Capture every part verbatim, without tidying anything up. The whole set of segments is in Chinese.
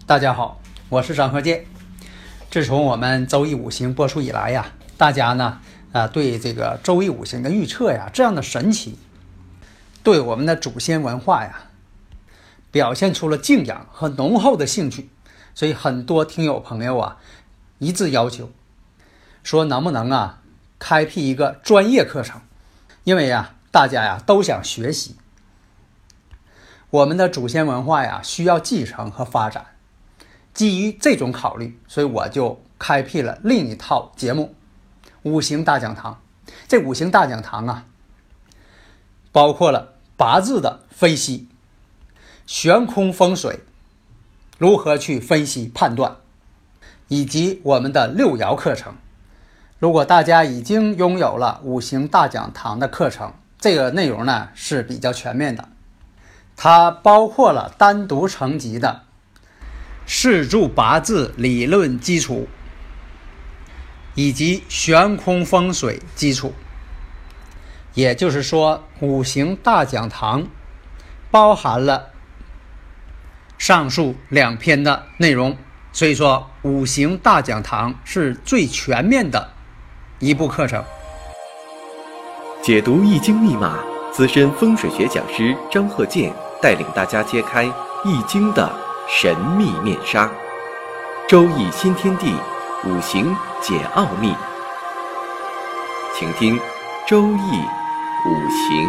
大家好，我是张鹤剑。自从我们周易五行播出以来呀，大家呢啊对这个周易五行的预测呀这样的神奇，对我们的祖先文化呀表现出了敬仰和浓厚的兴趣，所以很多听友朋友啊一致要求说能不能啊开辟一个专业课程，因为呀大家呀都想学习我们的祖先文化呀需要继承和发展。基于这种考虑，所以我就开辟了另一套节目五行大讲堂。这五行大讲堂啊包括了八字的分析、悬空风水如何去分析判断，以及我们的六爻课程。如果大家已经拥有了五行大讲堂的课程，这个内容呢是比较全面的，它包括了单独层级的四柱八字理论基础以及悬空风水基础。也就是说，五行大讲堂包含了上述两篇的内容，所以说五行大讲堂是最全面的一部课程。 解读易经密码，资深风水学讲师张鹤剑带领大家揭开易经的神秘面纱，周易新天地，五行解奥秘。请听周易五行。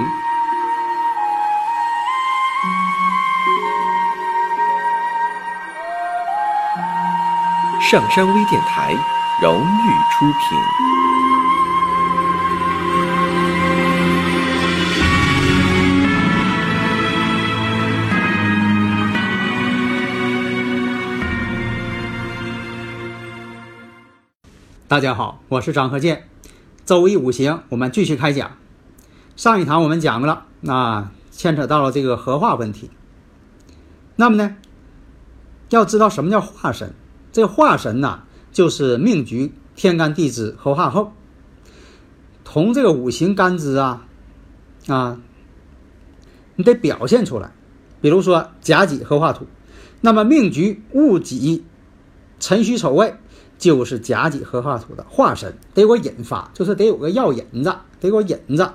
上山微电台荣誉出品。 大家好，我是张鹤剑。周易五行我们继续开讲。上一堂我们讲了那牵扯到了这个合化问题。那么呢要知道什么叫化神，这个化神呢就是命局天干地支合化后同这个五行干支啊啊你得表现出来。比如说甲己合化土，那么命局戊己辰戌丑未就是甲己合化土的化神，得有个引发，就是得有个药引子，得有个引子。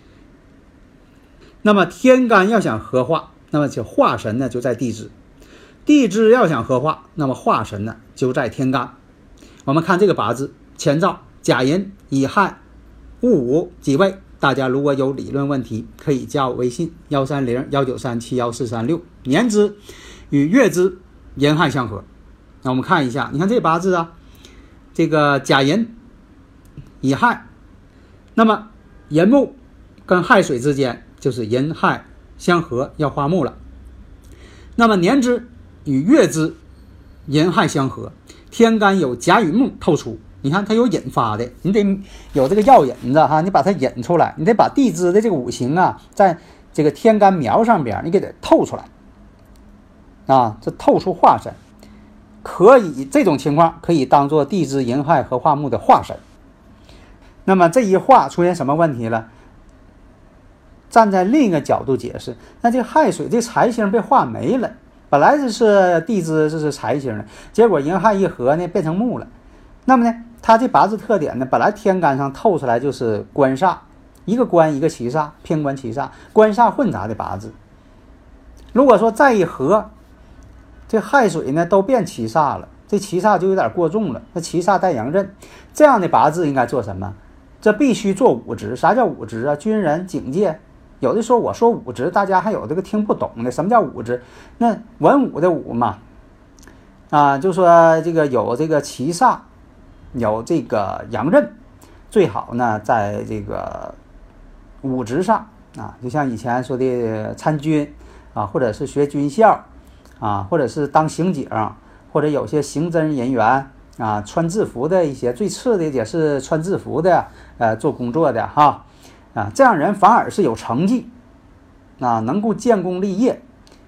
那么天干要想合化，那么就化神呢就在地支，地支要想合化，那么化神呢就在天干。我们看这个八字前兆甲寅乙亥戊午己未，大家如果有理论问题可以加我微信一三零一九三七一四三六。年支与月支寅亥相合。那我们看一下，你看这八字啊，这个甲寅乙亥，那么寅木跟亥水之间就是寅亥相合，要化木了。那么年支与月支寅亥相合，天干有甲与木透出，你看它有引发的，你得有这个药引子哈，你把它引出来，你得把地支的这个五行啊在这个天干苗上边你给它透出来啊，这透出化神，可以这种情况可以当做地支寅亥合化木的化神。那么这一化出现什么问题了？站在另一个角度解释，那这亥水这财星被化没了，本来这是地支这是财星的，结果寅亥一合呢变成木了。那么呢它这八字特点呢，本来天干上透出来就是官煞，一个官一个七煞，偏官七煞，官煞混杂的八字。如果说再一合，这亥水呢都变七煞了，这七煞就有点过重了，那七煞带阳刃，这样的八字应该做什么？这必须做武职。啥叫武职啊？军人警戒。有的时候我说武职，大家还有这个听不懂的，什么叫武职？那文武的武嘛，啊，就说这个有这个七煞，有这个阳刃，最好呢在这个武职上啊，就像以前说的参军啊，或者是学军校啊，或者是当刑警，或者有些刑侦人员啊，穿制服的一些，最次的也是穿制服的呃做工作的哈啊，这样人反而是有成绩啊，能够建功立业。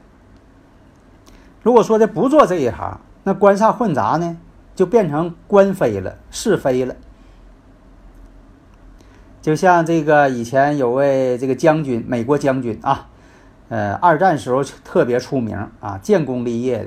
如果说的不做这一行，那官煞混杂呢就变成官非了，是非了。就像这个以前有位这个将军，美国将军啊，呃，二战时候特别出名啊，建功立业的。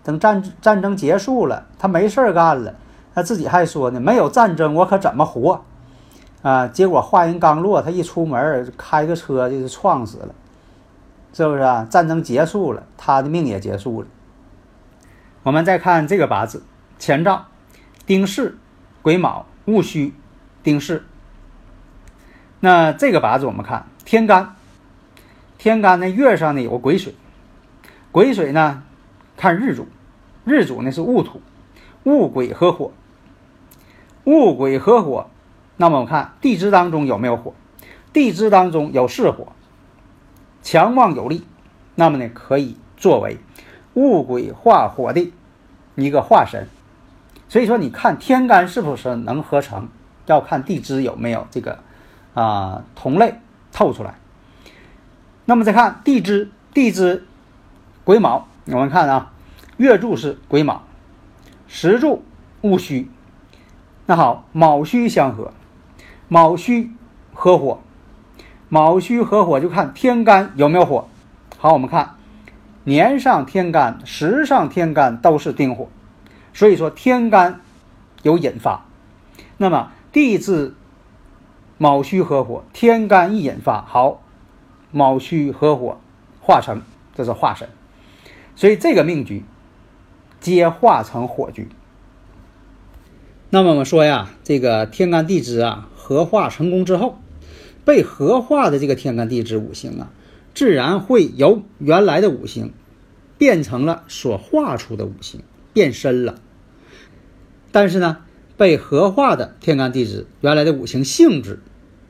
等战战争结束了，他没事儿干了，他自己还说呢，没有战争我可怎么活啊？结果话音刚落，他一出门开个车就是撞死了，是不是啊？战争结束了，他的命也结束了。我们再看这个八字，前兆丁巳、癸卯、戊戌、丁巳。那这个八字我们看天干，天干呢月上呢有个癸水，癸水呢看日主，日主呢是戊土，戊癸合火，戊癸合火，那么我们看地支当中有没有火？地支当中有巳火，强旺有力，那么呢可以作为戊癸化火的一个化神。所以说你看天干是不是能合成，要看地支有没有这个啊、呃、同类透出来。那么再看地支，地支癸卯，我们看啊，月柱是癸卯，时柱戊戌。那好，卯戌相合，卯戌合火，卯戌合火就看天干有没有火。好，我们看年上天干、时上天干都是丁火，所以说天干有引发。那么地支卯戌合火，天干一引发，好，卯戌合火化成，这是化神。所以这个命局皆化成火局。那么我们说呀，这个天干地支啊合化成功之后，被合化的这个天干地支五行啊，自然会由原来的五行变成了所化出的五行，变身了。但是呢，被合化的天干地支原来的五行性质，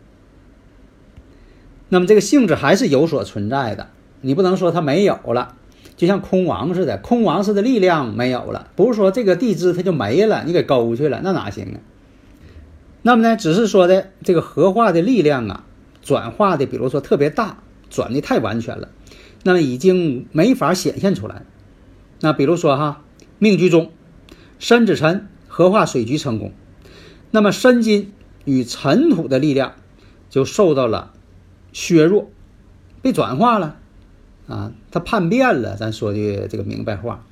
那么这个性质还是有所存在的，你不能说它没有了。就像空亡似的，空亡似的力量没有了，不是说这个地支它就没了，你给勾去了，那哪行啊？那么呢，只是说的这个合化的力量啊，转化的比如说特别大，转的太完全了，那么已经没法显现出来。那比如说哈，命局中申子辰合化水局成功，那么申金与尘土的力量就受到了削弱，被转化了啊，它叛变了，咱说的这个明白话。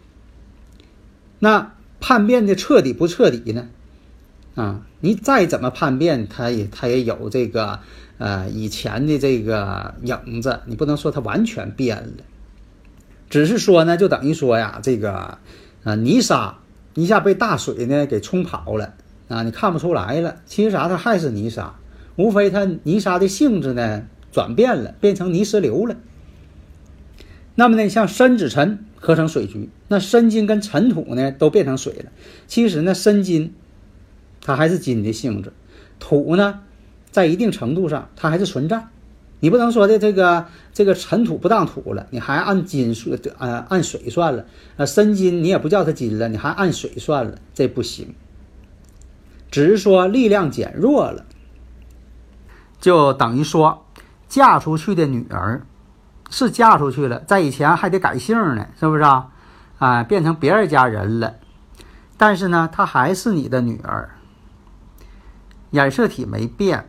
那叛变的彻底不彻底呢？啊，你再怎么叛变，它也它也有这个呃以前的这个影子，你不能说它完全变了。只是说呢，就等于说呀，这个呃泥沙一下被大水呢给冲跑了啊，你看不出来了。其实啥，它还是泥沙，无非它泥沙的性质呢转变了，变成泥石流了。那么呢，像申子辰合成水局，那申金跟尘土呢都变成水了。其实呢，申金它还是金的性质，土呢在一定程度上它还是存在。你不能说的这个这个尘土不当土了，你还按金呃按水算了，呃申金你也不叫它金了，你还按水算了，这不行。只是说力量减弱了，就等于说嫁出去的女儿是嫁出去了，在以前还得改姓呢，是不是啊？啊，变成别人家人了，但是呢，她还是你的女儿，染色体没变，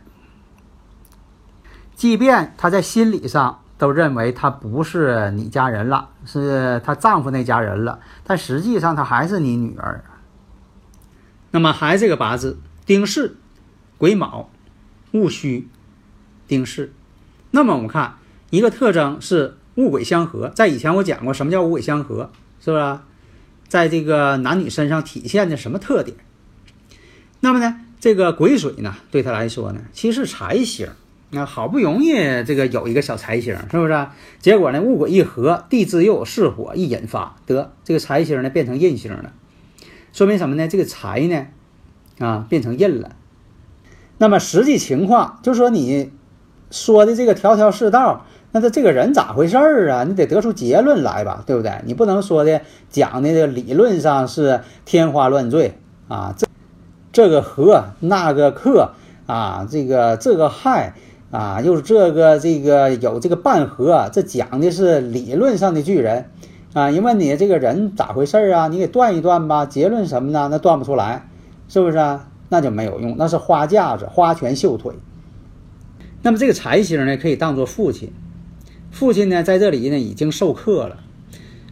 即便她在心理上都认为她不是你家人了，是她丈夫那家人了，但实际上她还是你女儿。那么还这个八字丁巳、癸卯、戊戌、丁巳。那么我们看一个特征是戊癸相合，在以前我讲过什么叫戊癸相合，是不是？在这个男女身上体现的什么特点？那么呢，这个癸水呢，对他来说呢，其实是财星，那好不容易这个有一个小财星，是不是？结果呢，戊癸一合，地支又有巳火一引发，得这个财星呢变成印星了，说明什么呢？这个财呢，啊变成印了。那么实际情况就是说，你说的这个条条是道，那他这个人咋回事啊？你得得出结论来吧，对不对？你不能说的讲的这个理论上是天花乱坠啊，这这个合那个克啊，这个这个害啊，又是这个这个有这个半合，这讲的是理论上的巨人啊。因为你这个人咋回事啊？你给断一断吧，结论什么呢？那断不出来，是不是啊？那就没有用，那是花架子、花拳绣腿。那么这个财星呢，可以当作父亲，父亲呢在这里呢已经授课了，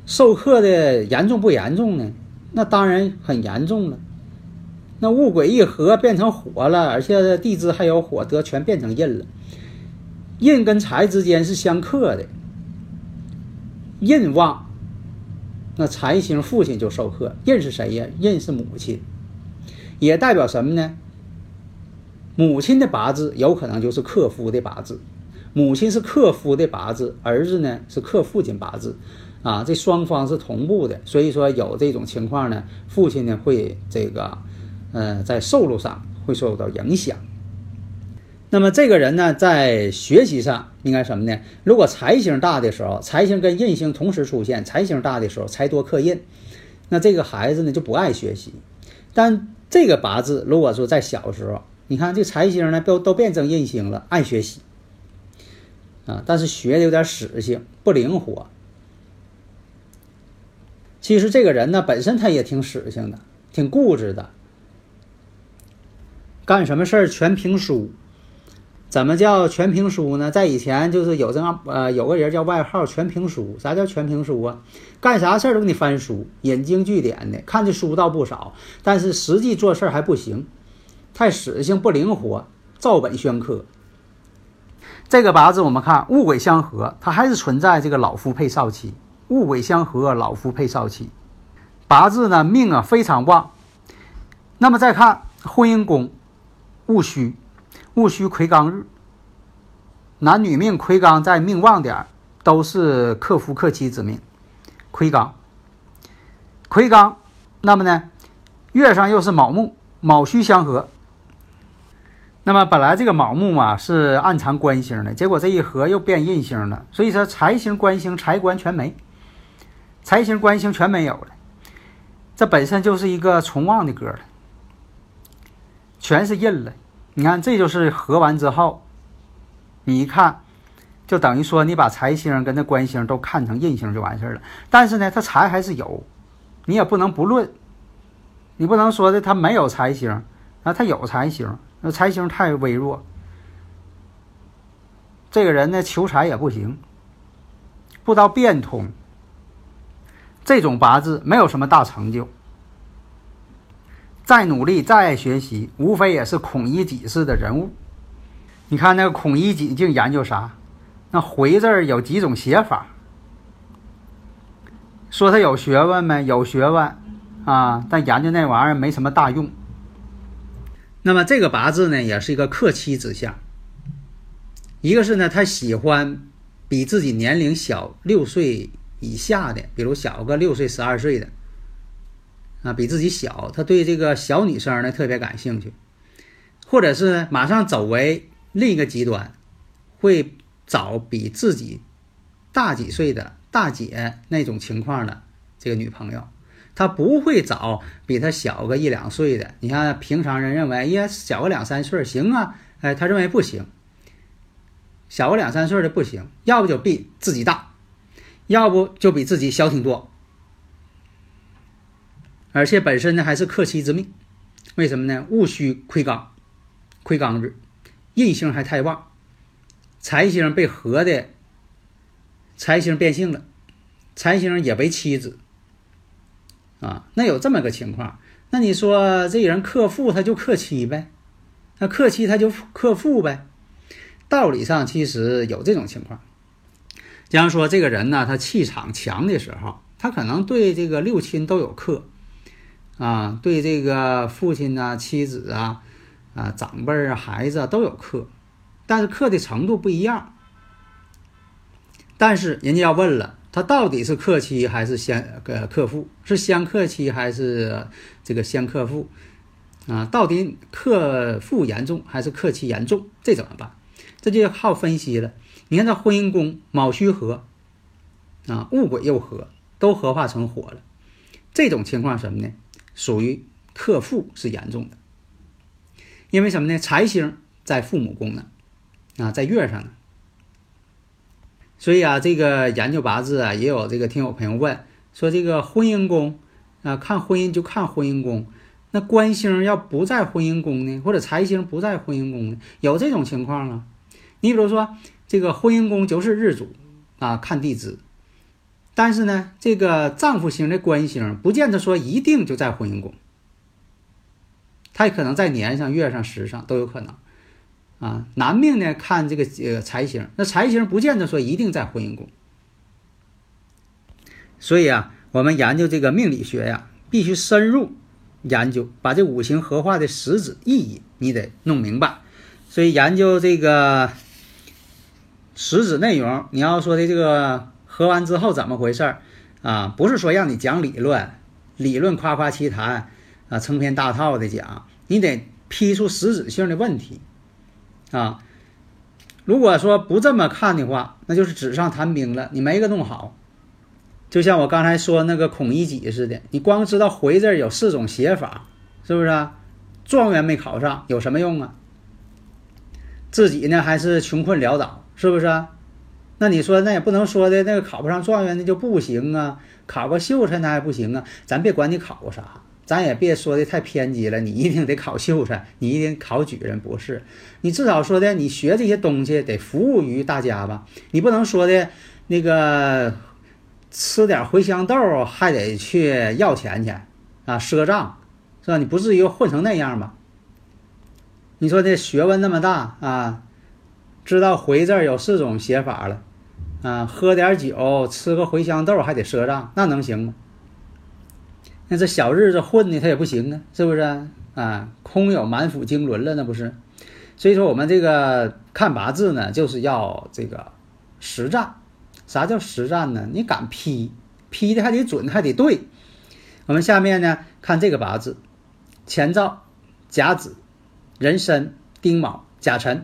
受克的严重不严重呢？那当然很严重了。那戊癸一合变成火了，而且地支还有火德，全变成印了。印跟财之间是相克的，印旺，那财星父亲就受克。印是谁呀？印是母亲，也代表什么呢？母亲的八字有可能就是克夫的八字，母亲是克夫的八字，儿子呢是克父亲八字，啊，这双方是同步的，所以说有这种情况呢，父亲呢会这个，呃，在寿禄上会受到影响。那么这个人呢，在学习上应该什么呢？如果财星大的时候，财星跟印星同时出现，财星大的时候，财多克印，那这个孩子呢就不爱学习。但这个八字如果说在小时候，你看这财星呢都都变成印星了，爱学习啊，但是学的有点死性，不灵活。其实这个人呢本身他也挺死性的，挺固执的，干什么事儿全凭书。怎么叫全凭书呢？在以前就是有这样呃有个人叫外号全凭书。啥叫全凭书啊？干啥事儿都给你翻书，引经据典的，看这书倒不少，但是实际做事儿还不行，太死性不灵活，照本宣科。这个八字我们看戊癸相合，它还是存在这个老夫配少妻。戊癸相合，老夫配少妻，八字呢命啊非常旺。那么再看婚姻宫戊戌，戊戌魁罡日，男女命魁罡在命旺点都是克夫克妻之命。魁罡魁罡那么呢月上又是卯木，卯戌相合。那么本来这个卯木嘛是暗藏官星的，结果这一合又变印星了，所以说财星官星财官全没，财星官星全没有了，这本身就是一个重旺的歌了，全是印了。你看这就是合完之后，你一看就等于说你把财星跟那官星都看成印星就完事了。但是呢它财还是有，你也不能不论，你不能说的他没有财星啊，他有财星，那财星太微弱，这个人呢求财也不行，不知道变通，这种八字没有什么大成就，再努力再爱学习，无非也是孔乙己式的人物。你看那个孔乙己竟研究啥？那回字儿有几种写法，说他有学问没？有学问啊，但研究那玩意儿没什么大用。那么这个八字呢也是一个克妻之相，一个是呢他喜欢比自己年龄小六岁以下的，比如小个六岁十二岁的啊，比自己小，他对这个小女生呢特别感兴趣，或者是马上走为另一个极端，会找比自己大几岁的大姐那种情况的这个女朋友，他不会找比他小个一两岁的。你看平常人认为，哎呀小个两三岁行啊，哎，他认为不行，小个两三岁的不行，要不就比自己大，要不就比自己小挺多。而且本身呢还是克妻之命，为什么呢？戊戌魁罡，魁罡日，印星还太旺，财星被合的，财星变性了，财星也为妻子啊。那有这么个情况，那你说这人克父他就克妻呗，那克妻他就克父呗。道理上其实有这种情况，假如说这个人呢他气场强的时候，他可能对这个六亲都有克啊，对这个父亲啊、妻子啊、啊长辈啊、孩子啊都有克，但是克的程度不一样。但是人家要问了，他到底是克妻还是先呃克父？是先克妻还是这个先克父？啊，到底克父严重还是克妻严重？这怎么办？这就靠分析了。你看这婚姻宫卯戌合啊，戊癸又合，都合化成火了。这种情况什么呢？属于克父是严重的，因为什么呢？财星在父母宫呢，啊，在月上呢。所以啊，这个研究八字啊，也有这个听友朋友问说，这个婚姻宫啊，看婚姻就看婚姻宫，那官星要不在婚姻宫呢，或者财星不在婚姻宫呢？有这种情况啊。你比如说这个婚姻宫就是日主啊，看地支， 但是呢，这个丈夫星的官星不见得说一定就在婚姻宫，它也可能在年上、月上、时上都有可能啊。男命呢看这个呃财星，那财星不见得说一定在婚姻宫。所以啊，我们研究这个命理学呀，必须深入研究，把这五行合化的实质意义你得弄明白。所以研究这个实质内容，你要说的这个合完之后怎么回事啊？不是说让你讲理论，理论夸夸其谈啊，成篇大套的讲，你得批出实质性的问题啊。如果说不这么看的话，那就是纸上谈兵了，你没个弄好。就像我刚才说那个孔乙己似的，你光知道回字有四种写法，是不是啊？状元没考上有什么用啊？自己呢还是穷困潦倒，是不是啊？那你说那也不能说的那个考不上状元那就不行啊，考个秀才那还不行啊？咱别管你考过啥，咱也别说的太偏激了，你一定得考秀才，你一定考举人，不是？你至少说的你学这些东西得服务于大家吧，你不能说的那个吃点茴香豆还得去要钱去啊，赊账是吧？你不至于混成那样吧？你说这学问那么大啊，知道回字有四种写法了啊，喝点酒吃个茴香豆还得赊账，那能行吗？那这小日子混的他也不行啊，是不是啊？空有满腹经纶了，那不是？所以说我们这个看八字呢，就是要这个实战。啥叫实战呢？你敢批，批的还得准，还得对。我们下面呢看这个八字，乾兆、甲子、壬申、丁卯、甲辰。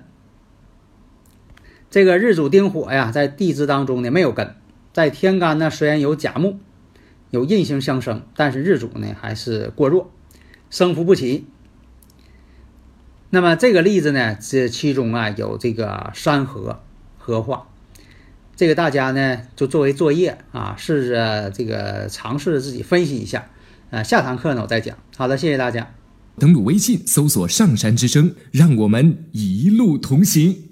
这个日主丁火呀，在地支当中呢没有根，在天干呢虽然有甲木，有印星相生，但是日主呢还是过弱，生扶不起。那么这个例子呢，这其中啊有这个山合合化，这个大家呢就作为作业啊，试着这个尝试着自己分析一下。呃，下堂课呢我再讲。好的，谢谢大家。 登录微信搜索上山之声，让我们一路同行。